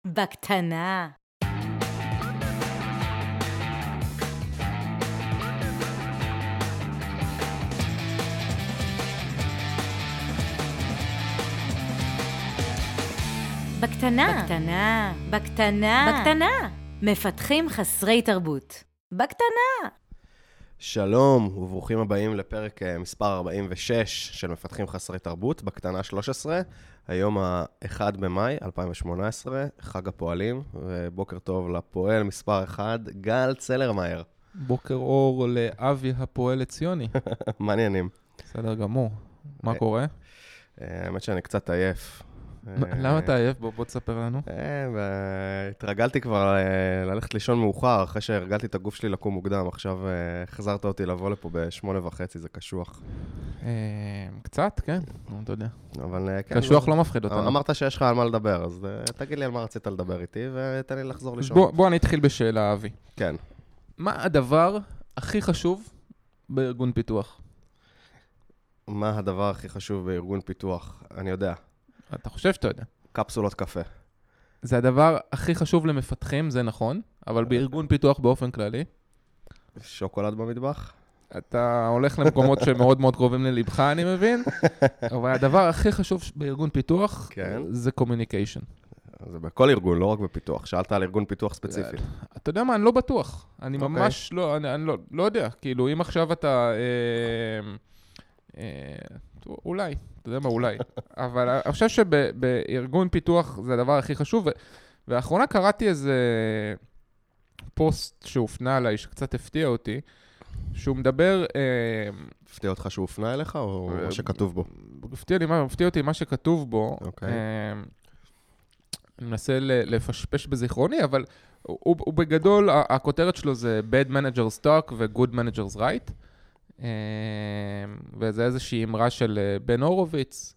בקטנה. בקטנה. בקטנה. בקטנה. בקטנה. מפתחים חסרי תרבות. בקטנה. שלום וברוכים הבאים לפרק מספר 46 של מפתחים חסרי תרבות, בקטנה 13. היום ה-1 במאי 2018, חג הפועלים, ובוקר טוב לפועל מספר 1, גל צלרמייר. בוקר אור לאבי הפועל הציוני. מעניינים. בסדר גמור. מה קורה? האמת שאני קצת עייף. למה אתה עייף? בוא תספר לנו. התרגלתי כבר ללכת לישון מאוחר, אחרי שהרגלתי את הגוף שלי לקום מוקדם. עכשיו חזרת אותי לבוא לפה ב8:30, זה קשוח. קצת, כן, אתה יודע. קשוח לא מפחיד אותנו. אמרת שיש לך על מה לדבר, אז תגיד לי על מה רצית לדבר איתי, ותן לי לחזור לישון. בוא אני אתחיל בשאלה, אבי. כן. מה הדבר הכי חשוב בארגון פיתוח? מה הדבר הכי חשוב בארגון פיתוח? אני יודע. אתה חושב שאתה יודע. קפסולות קפה. זה הדבר הכי חשוב למפתחים, זה נכון, אבל בארגון פיתוח באופן כללי. שוקולד במטבח? אתה הולך למקומות שמאוד מאוד קרובים ללבך, אני מבין, אבל הדבר הכי חשוב בארגון פיתוח זה communication. זה בכל ארגון, לא רק בפיתוח. שאלת על ארגון פיתוח ספציפי. אתה יודע מה, אני לא בטוח. אני ממש לא, אני לא יודע. כאילו, אם עכשיו אתה... אולי, אתה יודע מה, אולי. אבל אני חושב שבארגון פיתוח זה הדבר הכי חשוב, ואחרונה קראתי איזה פוסט שהופנה עליי, שקצת הפתיע אותי, שהוא מדבר... הפתיע אותך שהוא הופנה אליך, או מה שכתוב בו? הפתיע אותי מה שכתוב בו. אני מנסה לפשפש בזיכרוני, אבל הוא בגדול, הכותרת שלו זה Bad Managers Talk ו-Good Managers Write. וזה איזושהי אמרה של בן הורוביץ,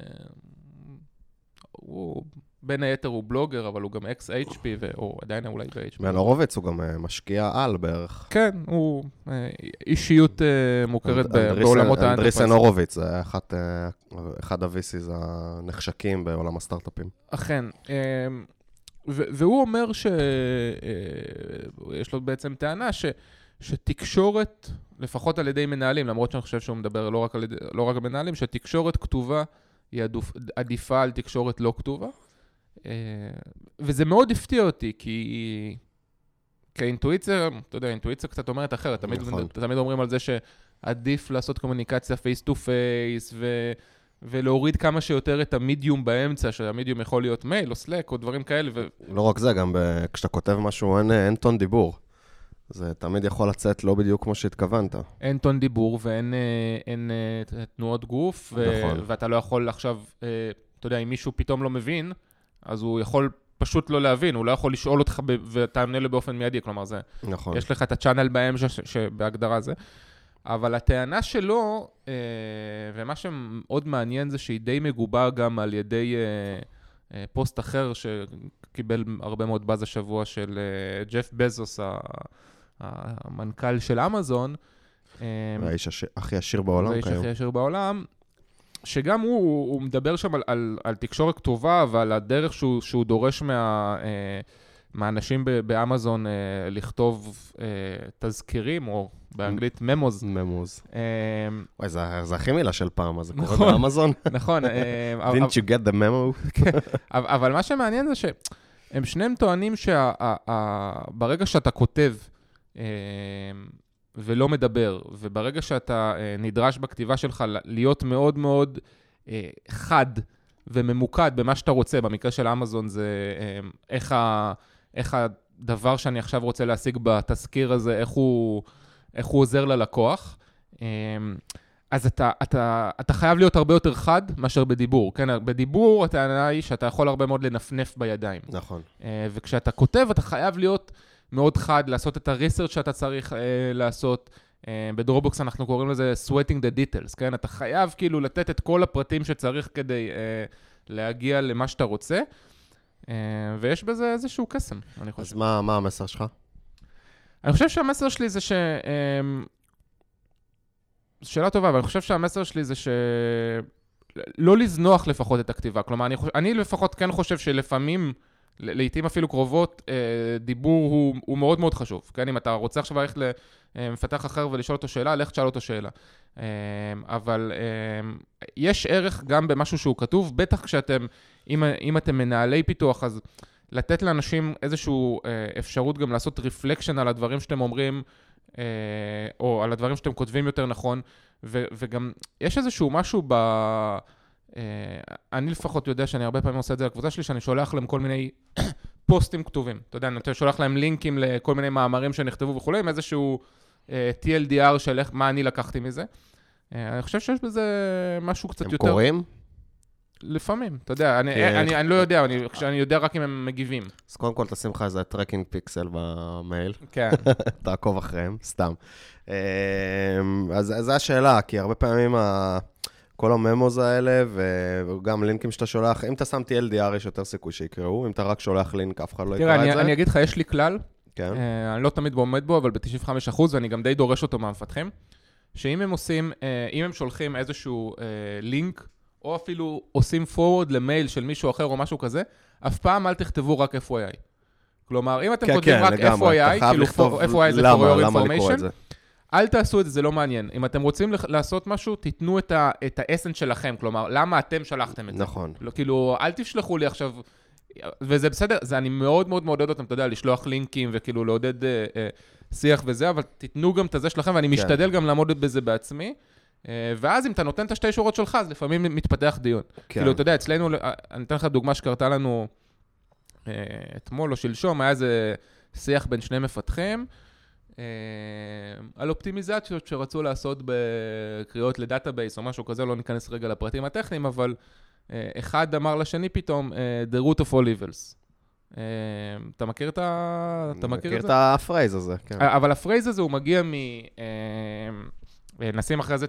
הוא בין היתר הוא בלוגר, אבל הוא גם ex-HP, או עדיין אולי ב-HP. בן הורוביץ הוא גם משקיע על בערך. כן, הוא אישיות מוכרת בעולמות האנטרפרייז. אנדריסן הורוביץ, זה אחד ה-VCs הנחשקים בעולם הסטארט-אפים. אכן, והוא אומר שיש לו בעצם טענה שתקשורת, לפחות על ידי מנהלים, למרות שאני חושב שהוא מדבר לא רק על מנהלים, שתקשורת כתובה היא עדיפה על תקשורת לא כתובה. וזה מאוד הפתיע אותי, כי כאינטואיציה, אתה יודע, אינטואיציה קצת אומרת אחרת. תמיד אומרים על זה שעדיף לעשות קומוניקציה פייס טו פייס, ולהוריד כמה שיותר את המדיום באמצע, שהמדיום יכול להיות מייל או סלק או דברים כאלה. לא רק זה, גם כשאתה כותב משהו, אין טון דיבור. זה תמיד יכול לצאת לא בדיוק כמו שהתכוונת. אין טון דיבור ואין תנועות גוף, ואתה לא יכול עכשיו, אתה יודע, אם מישהו פתאום לא מבין, אז הוא יכול פשוט לא להבין, הוא לא יכול לשאול אותך ואתה עונה לו באופן מיידי, כלומר זה, יש לך את הצ'אנל באמצע שבהגדרה זה, אבל הטענה שלו, ומה שמאוד מעניין זה שהיא די מגובה גם על ידי פוסט אחר שקיבל הרבה מאוד באז השבוע של ג'ף בזוס, המנכ"ל של אמזון. האיש הכי עשיר בעולם. האיש הכי עשיר בעולם, שגם הוא מדבר שם על תקשורת כתובה, ועל הדרך שהוא דורש מהאנשים באמזון לכתוב תזכירים, או באנגלית ממוז. ממוז. וואי, זה הכי מילה של פעם, אז זה קורה באמזון. נכון. Didn't you get the memo? אבל מה שמעניין זה שהם שניהם טוענים שברגע שאתה כותב ולא מדבר, וברגע שאתה נדרש בכתיבה שלך להיות מאוד מאוד חד וממוקד במה שאתה רוצה, במקרה של אמזון זה איך הדבר שאני עכשיו רוצה להשיג בתזכיר הזה, איך הוא עוזר ללקוח, אז אתה חייב להיות הרבה יותר חד מאשר בדיבור. כן, בדיבור הטענה היא שאתה יכול הרבה מאוד לנפנף בידיים. נכון. וכשאתה כותב, אתה חייב להיות מאוד חד, לעשות את הריסרצ' שאתה צריך לעשות. בדרופבוקס אנחנו קוראים לזה sweating the details, כן? אתה חייב כאילו לתת את כל הפרטים שצריך כדי להגיע למה שאתה רוצה, ויש בזה איזשהו קסם, אני חושב. אז מה המסר שלך? אני חושב שהמסר שלי זה שאלה טובה, אבל אני חושב שהמסר שלי זה לא לזנוח לפחות את הכתיבה. כלומר, אני לפחות כן חושב שלפעמים לעתים אפילו קרובות, דיבור הוא מאוד מאוד חשוב. כן, אם אתה רוצה עכשיו ללכת למפתח אחר ולשאול אותו שאלה, לך תשאל אותו שאלה. אבל יש ערך גם במשהו שהוא כתוב, בטח כשאתם, אם אתם מנהלי פיתוח, אז לתת לאנשים איזושהי אפשרות גם לעשות רפלקשן על הדברים שאתם אומרים, או על הדברים שאתם כותבים יותר נכון, וגם יש איזשהו משהו אני לפחות יודע שאני הרבה פעמים עושה את זה לקבוצה שלי, שאני שולח להם כל מיני פוסטים כתובים. אתה יודע, אני שולח להם לינקים לכל מיני מאמרים שנכתבו וכו', עם איזשהו TLDR של מה אני לקחתי מזה. אני חושב שיש בזה משהו קצת יותר... הם קוראים? לפעמים, אתה יודע, אני לא יודע, אני יודע רק אם הם מגיבים. אז קודם כל תשים לך איזה טרקינג פיקסל במייל. כן. תעקוב אחריהם, סתם. אז זו השאלה, כי הרבה פעמים כל הממוז האלה, וגם לינקים שאתה שולח, אם אתה שם TLDR יש יותר סיכוי שיקראו, אם אתה רק שולח לינק, אף אחד לא יקרא את זה. תראה, אני אגיד לך, יש לי כלל, כן. אני לא תמיד עומד בו, אבל ב-95%, ואני גם די דורש אותו מהמפתחים, שאם הם עושים, אם הם שולחים איזשהו לינק, או אפילו עושים forward למייל של מישהו אחר או משהו כזה, אף פעם אל תכתבו רק FYI. כלומר, אם אתם כותבים רק FYI, כאילו FYI זה for your information, אל תעשו את זה, זה לא מעניין. אם אתם רוצים לעשות משהו, תיתנו את האסנס שלכם, כלומר, למה אתם שלחתם את זה? נכון. כאילו, אל תשלחו לי עכשיו, וזה בסדר, זה אני מאוד מאוד מעודד אותם, אתה יודע, לשלוח לינקים וכאילו לעודד שיח וזה, אבל תיתנו גם את זה שלכם, ואני משתדל גם לעמוד בזה בעצמי, ואז אם אתה נותן את השתי שורות שלך, אז לפעמים מתפתח דיון. כאילו, אתה יודע, אצלנו, אני אתן לך דוגמה שקרתה לנו אתמול או שלשום, היה איזה שיח בין שני מפתחים, על אופטימיזציות שרצו לעשות בקריאות לדאטאבייס או משהו כזה, לא ניכנס רגע לפרטים הטכניים, אבל אחד אמר לשני פתאום, the root of all evils. אתה מכיר את זה? מכיר את הפרייז הזה, כן. אבל הפרייז הזה הוא מגיע נשים אחרי זה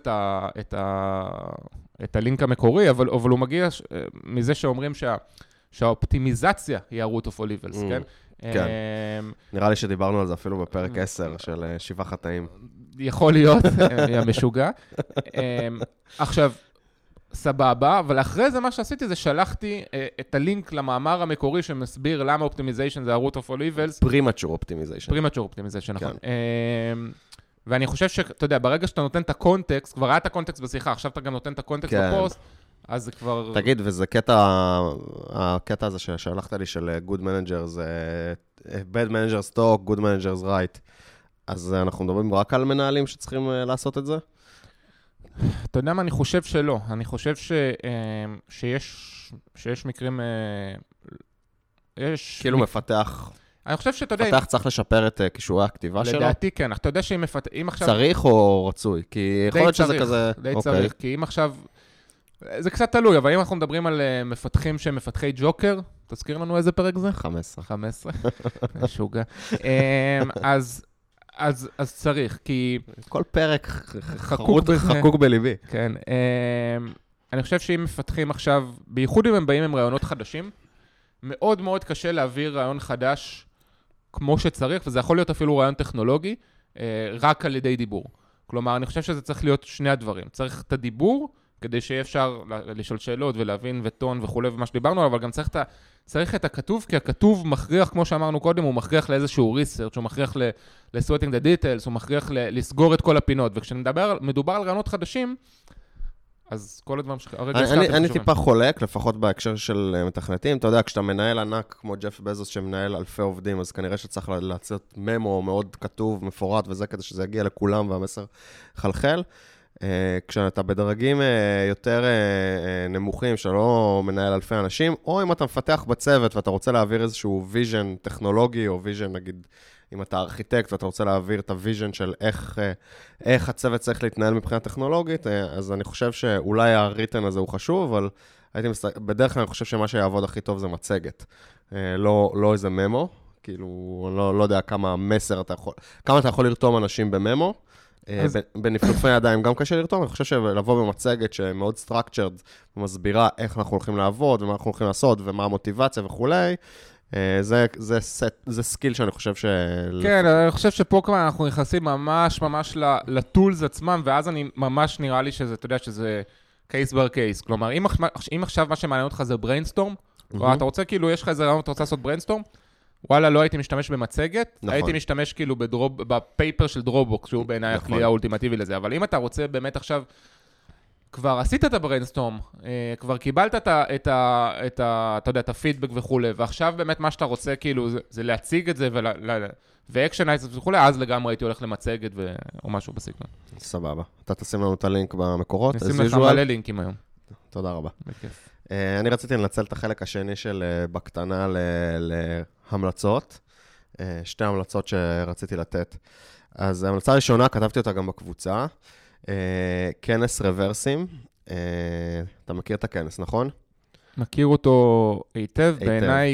את הלינק המקורי, אבל הוא מגיע מזה שאומרים שהאופטימיזציה היא ה-root of all evils, כן? כן. נראה לי שדיברנו על זה אפילו בפרק 10 של 7 חטאים. יכול להיות, משוגע. עכשיו, סבבה, אבל אחרי זה מה שעשיתי זה שלחתי את הלינק למאמר המקורי שמסביר למה אופטימיזיישן זה ה-root of all evils. Premature optimization. Premature optimization, נכון. ואני חושב שאתה יודע, ברגע שאתה נותן את הקונטקסט, כבר היה את הקונטקסט בשיחה, עכשיו אתה גם נותן את הקונטקסט בפוסט, אז זה כבר... תגיד, וזה הקטע הזה ששלחת לי של Good Managers, Bad Managers Talk, Good Managers Right, אז אנחנו מדברים רק על מנהלים שצריכים לעשות את זה? אתה יודע מה, אני חושב שלא. אני חושב שיש מקרים... כאילו מפתח... אני חושב שאתה יודע... מפתח צריך לשפר את כישורי הכתיבה שלו? לדעתי כן. אתה יודע שאם עכשיו... צריך או רצוי? כי יכול להיות שזה כזה... די צריך, כי אם עכשיו... זה קצת תלוי, אבל אם אנחנו מדברים על מפתחים שהם מפתחי ג'וקר, תזכיר לנו איזה פרק זה? 15. 15? משוגע. אז צריך, כי... כל פרק חקוק בליבי. כן. אני חושב שאם מפתחים עכשיו, בייחוד אם הם באים עם רעיונות חדשים, מאוד מאוד קשה להעביר רעיון חדש כמו שצריך, וזה יכול להיות אפילו רעיון טכנולוגי, רק על ידי דיבור. כלומר, אני חושב שזה צריך להיות שני הדברים. צריך את הדיבור, כדי שיהיה אפשר לשאול שאלות ולהבין וטון וכו' ומה שדיברנו, אבל גם צריך את הכתוב, כי הכתוב מכריח, כמו שאמרנו קודם, הוא מכריח לאיזשהו ריסרצ', הוא מכריח ל-sweating the details, הוא מכריח לסגור את כל הפינות, וכשמדובר על רעיונות חדשים, אז כל הדברים שהרגע הזכרתם חשובים. אני טיפה חולק, לפחות בהקשר של מתכנתים, אתה יודע, כשאתה מנהל ענק כמו ג'ף בזוס שמנהל אלפי עובדים, אז כנראה שצריך להציע ממו מאוד כתוב, מפורט וזה, כדי שזה יגיע לכולם והמסר חלחל. כשאתה בדרגים יותר נמוכים, שלא מנהל אלפי אנשים, או אם אתה מפתח בצוות ואתה רוצה להעביר איזשהו ויז'ן טכנולוגי, או ויז'ן, נגיד, אם אתה ארכיטקט ואתה רוצה להעביר את הוויז'ן של איך הצוות צריך להתנהל מבחינה טכנולוגית, אז אני חושב שאולי הריטן הזה הוא חשוב, אבל בדרך כלל אני חושב שמה שיעבוד הכי טוב זה מצגת, לא איזה ממו, כאילו, לא יודע כמה מסר אתה יכול, כמה אתה יכול לרתום אנשים בממו, בנפנופי ידיים גם קשה לרתום, אני חושב שלבוא במצגת שמאוד structured, ומסבירה איך אנחנו הולכים לעבוד, ומה אנחנו הולכים לעשות, ומה המוטיבציה וכולי, זה סקיל שאני חושב כן, אני חושב שפה כבר אנחנו נכנסים ממש לטולס עצמם, ואז אני ממש נראה לי שזה, אתה יודע, שזה קייס בר קייס. כלומר, אם עכשיו מה שמעניין אותך זה בריינסטורם, אתה רוצה כאילו, יש לך איזה רעיון, אתה רוצה לעשות בריינסטורם? וואלה, לא הייתי משתמש במצגת, הייתי משתמש כאילו בפייפר של דרופבוקס, שהוא בעיניי הכלי האולטימטיבי לזה, אבל אם אתה רוצה באמת עכשיו, כבר עשית את הבריינסטורם, כבר קיבלת אתה יודע, את הפידבק וכו', ועכשיו באמת מה שאתה רוצה כאילו, זה להציג את זה ואקשנייז וכו', אז לגמרי הייתי הולך למצגת או משהו בסגנון. סבבה. אתה תשים לנו את הלינק במקורות. נשים לך מלא לינקים היום. תודה רבה. אני רציתי לנצל את החלק השני של בקטנה להמלצות. שתי המלצות שרציתי לתת. אז ההמלצה הראשונה, כתבתי אותה גם בקבוצה. כנס רוורסים. אתה מכיר את הכנס, נכון? מכיר אותו היטב. בעיניי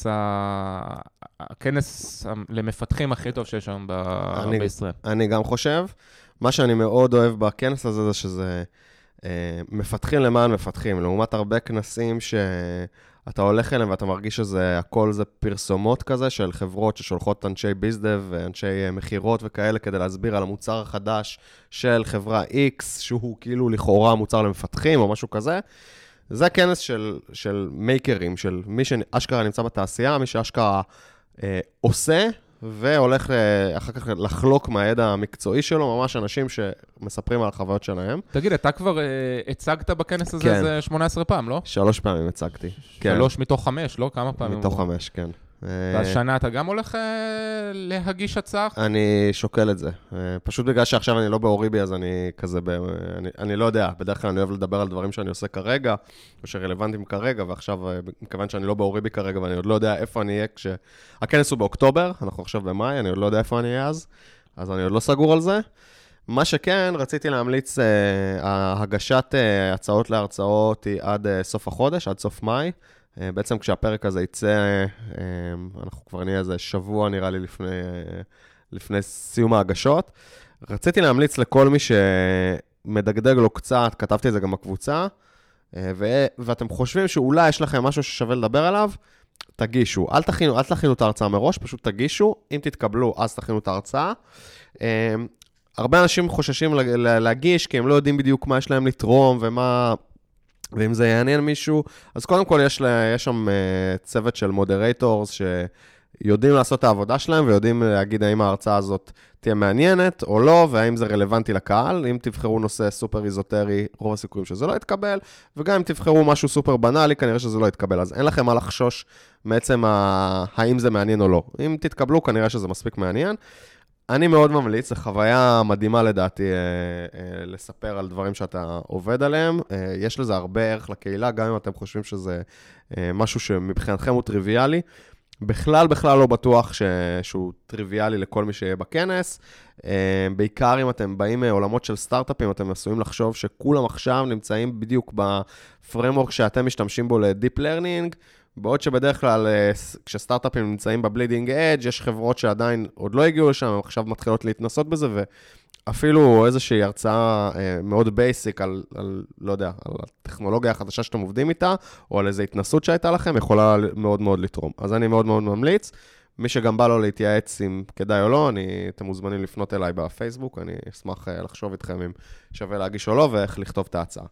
הכנס למפתחים הכי טוב שיש היום בישראל. אני גם חושב. מה שאני מאוד אוהב בכנס הזה זה שזה מפתחים למען מפתחים, לעומת הרבה כנסים שאתה הולך אליהם ואתה מרגיש שזה הכל זה פרסומות כזה של חברות ששולחות אנשי ביזדב ואנשי מחירות וכאלה כדי להסביר על המוצר החדש של חברה X, שהוא כאילו לכאורה מוצר למפתחים או משהו כזה. זה כנס של מייקרים, של מי שאשכרה נמצא בתעשייה, מי שאשכרה עושה, והולך אחר כך לחלוק מהידע המקצועי שלו, ממש אנשים שמספרים על החוויות שלהם. תגיד, אתה כבר הצגת בכנס הזה איזה 18 פעם, לא? 3 פעמים הצגתי. 3 מתוך 5, לא? כמה פעמים? מתוך 5, כן. והשנה אתה גם הולך להגיש הצעה? אני שוקל את זה. פשוט בגלל שעכשיו אני לא באוריבי, אז אני כזה, אני לא יודע, בדרך כלל אני אוהב לדבר על דברים שאני עושה כרגע, או שרלוונטיים כרגע, ועכשיו, מכיוון שאני לא באוריבי כרגע, ואני עוד לא יודע איפה אני אהיה הכנס הוא באוקטובר, אנחנו עכשיו במאי, אני עוד לא יודע איפה אני אהיה אז אני עוד לא סגור על זה. מה שכן, רציתי להמליץ, הגשת הצעות להרצאות היא עד סוף החודש, עד סוף מאי. בעצם כשהפרק הזה יצא, אנחנו כבר נהיה איזה שבוע נראה לי לפני סיום ההגשות. רציתי להמליץ לכל מי שמדגדג לו קצת, כתבתי את זה גם בקבוצה, ואתם חושבים שאולי יש לכם משהו ששווה לדבר עליו, תגישו. אל תכינו את ההרצאה מראש, פשוט תגישו. אם תתקבלו, אז תכינו את ההרצאה. הרבה אנשים חוששים להגיש, כי הם לא יודעים בדיוק מה יש להם לתרום ואם זה יעניין מישהו, אז קודם כל יש שם צוות של מודרטורס שיודעים לעשות את העבודה שלהם, ויודעים להגיד האם ההרצאה הזאת תהיה מעניינת או לא, והאם זה רלוונטי לקהל. אם תבחרו נושא סופר איזוטרי, רוב הסיכויים שזה לא יתקבל, וגם אם תבחרו משהו סופר בנאלי, כנראה שזה לא יתקבל. אז אין לכם מה לחשוש מעצם האם זה מעניין או לא. אם תתקבלו, כנראה שזה מספיק מעניין. אני מאוד ממליץ, זו חוויה מדהימה לדעתי לספר על דברים שאתה עובד עליהם. יש לזה הרבה ערך לקהילה, גם אם אתם חושבים שזה משהו שמבחינתכם הוא טריוויאלי. בכלל לא בטוח שהוא טריוויאלי לכל מי שיהיה בכנס. בעיקר אם אתם באים מעולמות של סטארט-אפים, אתם עשויים לחשוב שכולם עכשיו נמצאים בדיוק בפריימוורק שאתם משתמשים בו לדיפ לרנינג, בעוד שבדרך כלל כשסטארט-אפים נמצאים בבלידינג אדג' יש חברות שעדיין עוד לא הגיעו לשם, הם עכשיו מתחילות להתנסות בזה, ואפילו איזושהי הרצאה מאוד בייסיק על, לא יודע, על הטכנולוגיה החדשה שאתם עובדים איתה, או על איזו התנסות שהייתה לכם, יכולה מאוד מאוד לתרום. אז אני מאוד מאוד ממליץ. מי שגם בא לו להתייעץ אם כדאי או לא, אתם מוזמנים לפנות אליי בפייסבוק, אני אשמח לחשוב איתכם אם שווה להגיש או לא, ואיך לכתוב את ההצעה.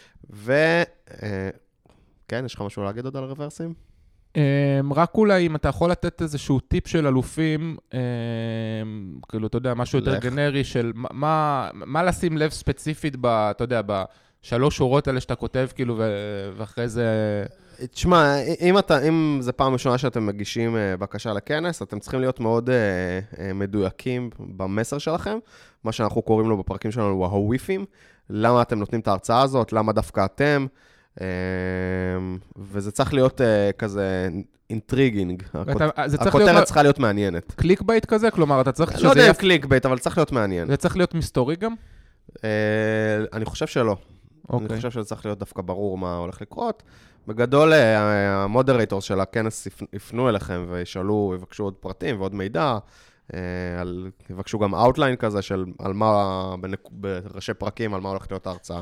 כן, יש לך משהו להגיד עוד על רוורסים? רק אולי אם אתה יכול לתת איזשהו טיפ של אלופים, כאילו, אתה יודע, משהו יותר גנרי של מה לשים לב ספציפית, אתה יודע, בשלוש שורות האלה שאתה כותב, כאילו, ואחרי זה... תשמע, אם זה פעם ראשונה שאתם מגישים בקשה לכנס, אתם צריכים להיות מאוד מדויקים במסר שלכם, מה שאנחנו קוראים לו בפרקים שלנו הוא הוויפים, למה אתם נותנים את ההרצאה הזאת, למה דווקא אתם, וזה צריך להיות כזה אינטריגינג, הכותרת צריכה להיות מעניינת. קליק בייט כזה? כלומר, אתה צריך... לא יודע קליק בייט, אבל צריך להיות מעניין. זה צריך להיות מסתורי גם? אני חושב שלא. אני חושב שזה צריך להיות דווקא ברור מה הולך לקרות. בגדול, המודרטורס של הכנס יפנו אליכם וישאלו, יבקשו עוד פרטים ועוד מידע, יבקשו גם אאוטליין כזה של על מה, בראשי פרקים, על מה הולך להיות ההרצאה.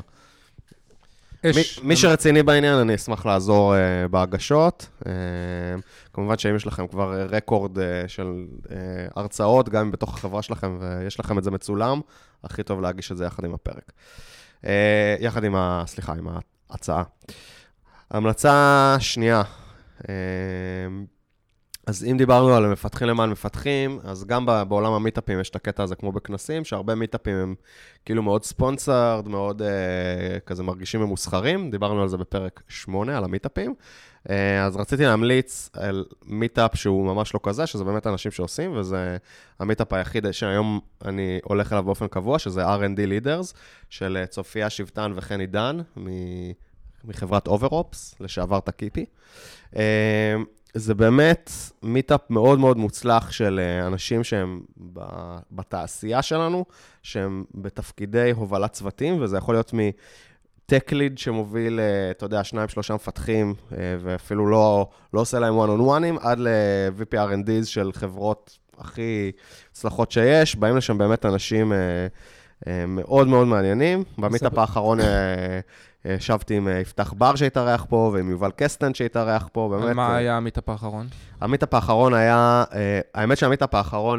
מי שרציני בעניין, אני אשמח לעזור בהגשות. כמובן שאם יש לכם כבר רקורד של הרצאות, גם בתוך החברה שלכם, ויש לכם את זה מצולם, הכי טוב להגיש את זה יחד עם הפרק. יחד עם עם ההצעה. המלצה שנייה, אז אם דיברנו על מפתחים למען מפתחים, אז גם בעולם המיטאפים יש את הקטע הזה כמו בכנסים, שהרבה מיטאפים הם כאילו מאוד ספונסרד, מאוד כזה מרגישים ממוסחרים, דיברנו על זה בפרק 8, על המיטאפים. אז רציתי להמליץ על מיטאפ שהוא ממש לא כזה, שזה באמת אנשים שעושים, וזה המיטאפ היחיד שהיום אני הולך אליו באופן קבוע, שזה R&D Leaders, של צופיה שבטן וחני דן, מחברת אוברופס, לשעבר תקיפי. זה באמת מיטאפ מאוד מאוד מוצלח של אנשים שהם בתעשייה שלנו, שהם בתפקידי הובלת צוותים, וזה יכול להיות טק ליד שמוביל, אתה יודע, 2-3 מפתחים, ואפילו לא עושה להם one-on-one'ים, עד ל-VP R&D's של חברות הכי הצלחות שיש, באים לשם באמת אנשים מאוד מאוד מעניינים. במיטאפ האחרון ישבתי עם יפתח בר שהתארח פה, ועם יובל קסטן שהתארח פה, באמת. מה היה המיטאפ האחרון? המיטאפ האחרון היה, האמת שהמיטאפ האחרון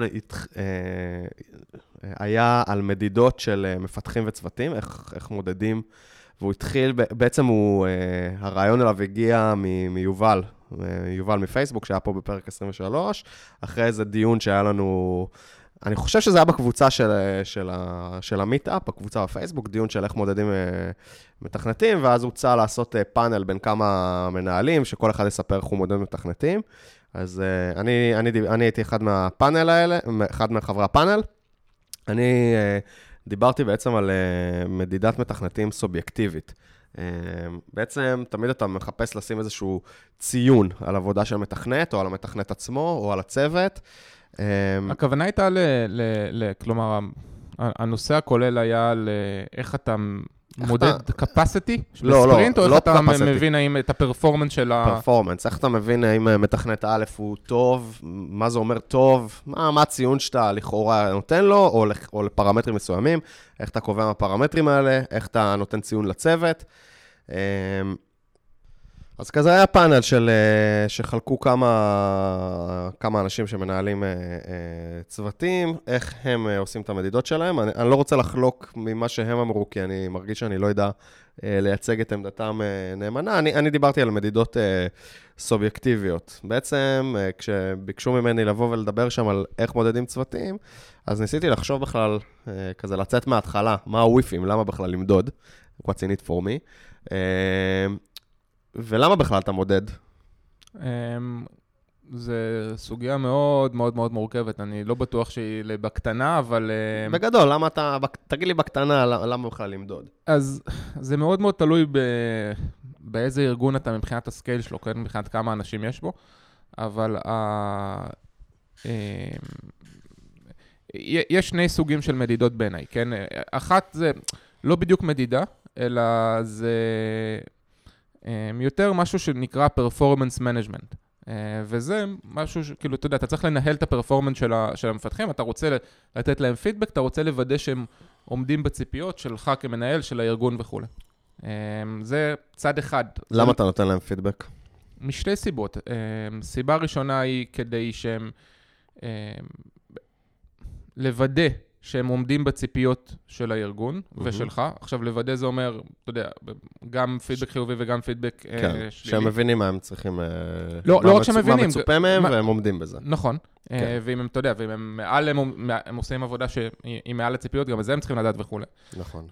היה על מדידות של מפתחים וצוותים, איך מודדים, והוא התחיל, בעצם הרעיון אליו הגיע מיובל, יובל מפייסבוק, שהיה פה בפרק 23, אחרי איזה דיון שהיה לנו, אני חושב שזה היה בקבוצה של המיטאפ, בקבוצה בפייסבוק, דיון של איך מודדים מתכנתים, ואז הוצע לעשות פאנל בין כמה מנהלים, שכל אחד יספר איך הוא מודד מתכנתים. אז אני הייתי אחד מהפאנל האלה, אחד מחברי הפאנל. אני דיברתי בעצם על מדידת מתכנתים סובייקטיבית. בעצם תמיד אתה מחפש לשים איזשהו ציון על עבודה של מתכנת, או על המתכנת עצמו, או על הצוות. הכוונה הייתה כלומר, הנושא הכולל היה לאיך אתה מודד capacity בספרינט, או איך אתה מבין האם את הפרפורמנס של פרפורמנס, איך אתה מבין האם מתכנת א' הוא טוב, מה זה אומר טוב, מה הציון שאתה לכאורה נותן לו, או לפרמטרים מסוימים, איך אתה קובע מהפרמטרים האלה, איך אתה נותן ציון לצוות. אז כזה היה פאנל שחלקו כמה אנשים שמנהלים צוותים, איך הם עושים את המדידות שלהם. אני לא רוצה לחלוק ממה שהם אמרו, כי אני מרגיש שאני לא יודע לייצג את עמדתם נאמנה. אני דיברתי על מדידות סובייקטיביות. בעצם, כשביקשו ממני לבוא ולדבר שם על איך מודדים צוותים, אז ניסיתי לחשוב בכלל, כזה לצאת מההתחלה, מה הוויפים, למה בכלל למדוד, what's in it for me. ולמה בכלל אתה מודד? זה סוגיה מאוד מאוד מאוד מורכבת, אני לא בטוח שהיא בקטנה, אבל בגדול, למה תגיד לי בקטנה, למה בכלל למדוד? אז זה מאוד מאוד תלוי באיזה ארגון אתה מבחינת הסקייל שלו, כן? מבחינת כמה אנשים יש בו, אבל יש שני סוגים של מדידות בעיניי, כן? אחת זה לא בדיוק מדידה, אלא זה יותר משהו שנקרא performance management. וזה משהו, כאילו, אתה יודע, אתה צריך לנהל את הפרפורמנס של המפתחים, אתה רוצה לתת להם פידבק, אתה רוצה לוודא שהם עומדים בציפיות שלך כמנהל, של הארגון וכו'. זה צד אחד. למה אתה נותן להם פידבק? משתי סיבות. סיבה ראשונה היא כדי שהם לוודא שהם עומדים בציפיות של הארגון ושלך. עכשיו, לוודא זה אומר, אתה יודע, גם פידבק חיובי וגם פידבק שלילי. שהם מבינים מה הם צריכים, לא רק שהם מבינים. מה מצופה מהם והם עומדים בזה. נכון. ואם הם, אתה יודע, ואם הם מעל, הם עושים עבודה שהיא מעל הציפיות, גם את זה הם צריכים לדעת וכו'. נכון.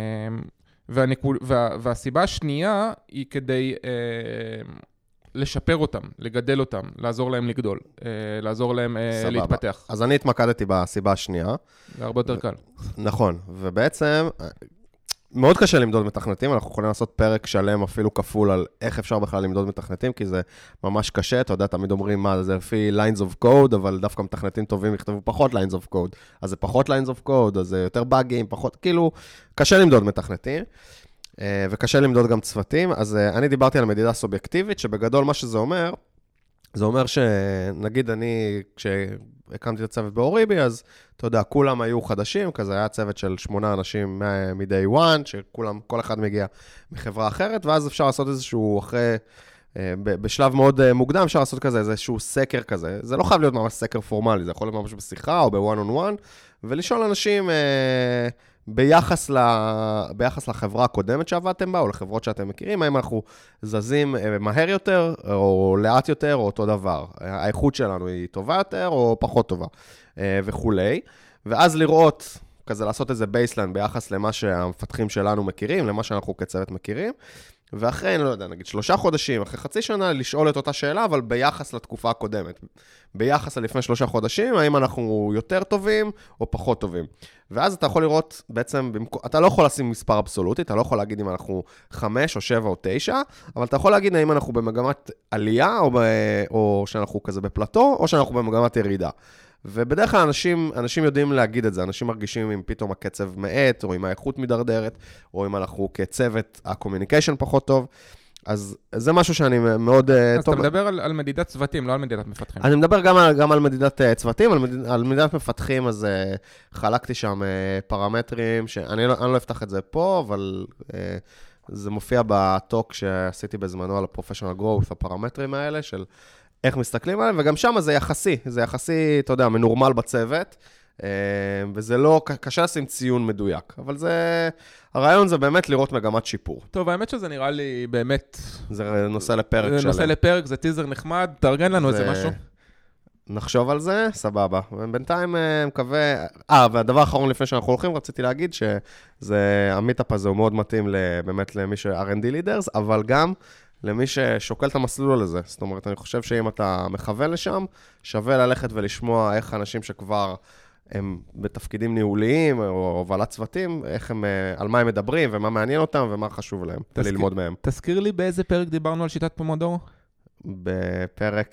והסיבה השנייה היא כדי לשפר אותם, לגדל אותם, לעזור להם לגדול, לעזור להם להתפתח. אז אני התמקדתי בסיבה השנייה. זה הרבה יותר קל. נכון, ובעצם מאוד קשה למדוד מתכנתים, אנחנו יכולים לעשות פרק שלם אפילו כפול על איך אפשר בכלל למדוד מתכנתים, כי זה ממש קשה, אתה יודע, תמיד אומרים מה, זה לפי lines of code, אבל דווקא מתכנתים טובים יכתבו פחות lines of code, אז זה פחות lines of code, אז זה יותר באגים, פחות, כאילו, קשה למדוד מתכנתים. וקשה למדוד גם צוותים, אז אני דיברתי על מדידה סובייקטיבית, שבגדול מה שזה אומר, זה אומר שנגיד אני, כשהקמתי את הצוות באוריבי, אז אתה יודע, כולם היו חדשים, כזה היה צוות של 8 אנשים מ-day one, שכולם, כל אחד מגיע מחברה אחרת, ואז אפשר לעשות איזשהו אחרי, בשלב מאוד מוקדם, אפשר לעשות כזה, איזשהו סקר כזה, זה לא חייב להיות ממש סקר פורמלי, זה יכול להיות ממש בשיחה או ב-one on one, ולשאול אנשים ביחס לחברה הקודמת שעבדתם בה, או לחברות שאתם מכירים, האם אנחנו זזים מהר יותר, או לאט יותר, או אותו דבר. האיכות שלנו היא טובה יותר, או פחות טובה, וכולי. ואז לראות, כזה לעשות איזה בייסליין ביחס למה שהמפתחים שלנו מכירים, למה שאנחנו כצוות מכירים, ואחרי, אני לא יודע, נגיד 3 חודשים, אחרי חצי שנה, לשאול את אותה שאלה, אבל ביחס לתקופה הקודמת. ביחס ללפני 3 חודשים, האם אנחנו יותר טובים או פחות טובים. ואז אתה יכול לראות, בעצם, אתה לא יכול לשים מספר אבסולוטי, אתה לא יכול להגיד אם אנחנו 5 או 7 או 9, אבל אתה יכול להגיד האם אנחנו במגמת עלייה, או שאנחנו כזה בפלטו, או שאנחנו במגמת ירידה. ובדרך כלל אנשים יודעים להגיד את זה, אנשים מרגישים אם פתאום הקצב מעט, או אם האיכות מדרדרת, או אם אנחנו כצוות, הקומיוניקיישן פחות טוב, אז זה משהו שאני מאוד אז טוב. אתה מדבר על מדידת צוותים, לא על מדידת מפתחים. אני מדבר גם על מדידת צוותים, על מדידת מפתחים, אז חלקתי שם פרמטרים, שאני לא אפתח את זה פה, אבל זה מופיע בטוק שעשיתי בזמנו על ה-Professional Growth, הפרמטרים האלה של איך מסתכלים עליהם, וגם שם זה יחסי, אתה יודע, מנורמל בצוות, וזה לא, קשה לשים ציון מדויק, אבל הרעיון זה באמת לראות מגמת שיפור. טוב, האמת שזה נראה לי באמת... זה נושא לפרק שלם. זה נושא לפרק, זה טיזר נחמד, תארגן לנו איזה משהו. נחשוב על זה, סבבה. ובינתיים מקווה... והדבר האחרון לפני שאנחנו הולכים, רציתי להגיד שהמיטאפ הזה הוא מאוד מתאים באמת למי ש-R&D leaders, אבל גם למי ששוקל את המסלול הזה. זאת אומרת, אני חושב שאם אתה מכוון לשם, שווה ללכת ולשמוע איך אנשים שכבר הם בתפקידים ניהוליים או הובלת צוותים, על מה הם מדברים ומה מעניין אותם ומה חשוב להם, ללמוד מהם. תזכיר לי באיזה פרק דיברנו על שיטת פומודורו? בפרק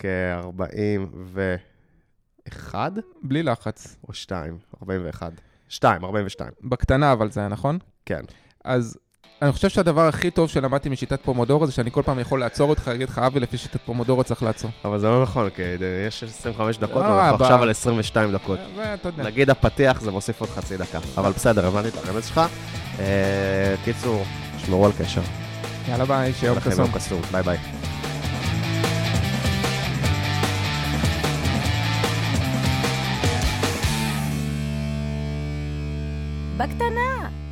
41. בלי לחץ. או 2, 41. 2, 42. בקטנה אבל זה היה נכון? כן. אז אני חושב שהדבר הכי טוב שלמדתי משיטת פומודורו זה שאני כל פעם יכול לעצור אותך, להגיד לך, אבי, לפי שיטת פומודורו צריך לעצור. אבל זה לא נכון, כי יש 25 דקות, ואנחנו עכשיו על 22 דקות. נגיד הפתיח זה מוסיף עוד חצי דקה. אבל בסדר, הבנתי את הרמז שלך. קיצור, שמרו על קשר. יאללה ביי, שיום קסום. ביי ביי. בקטנה.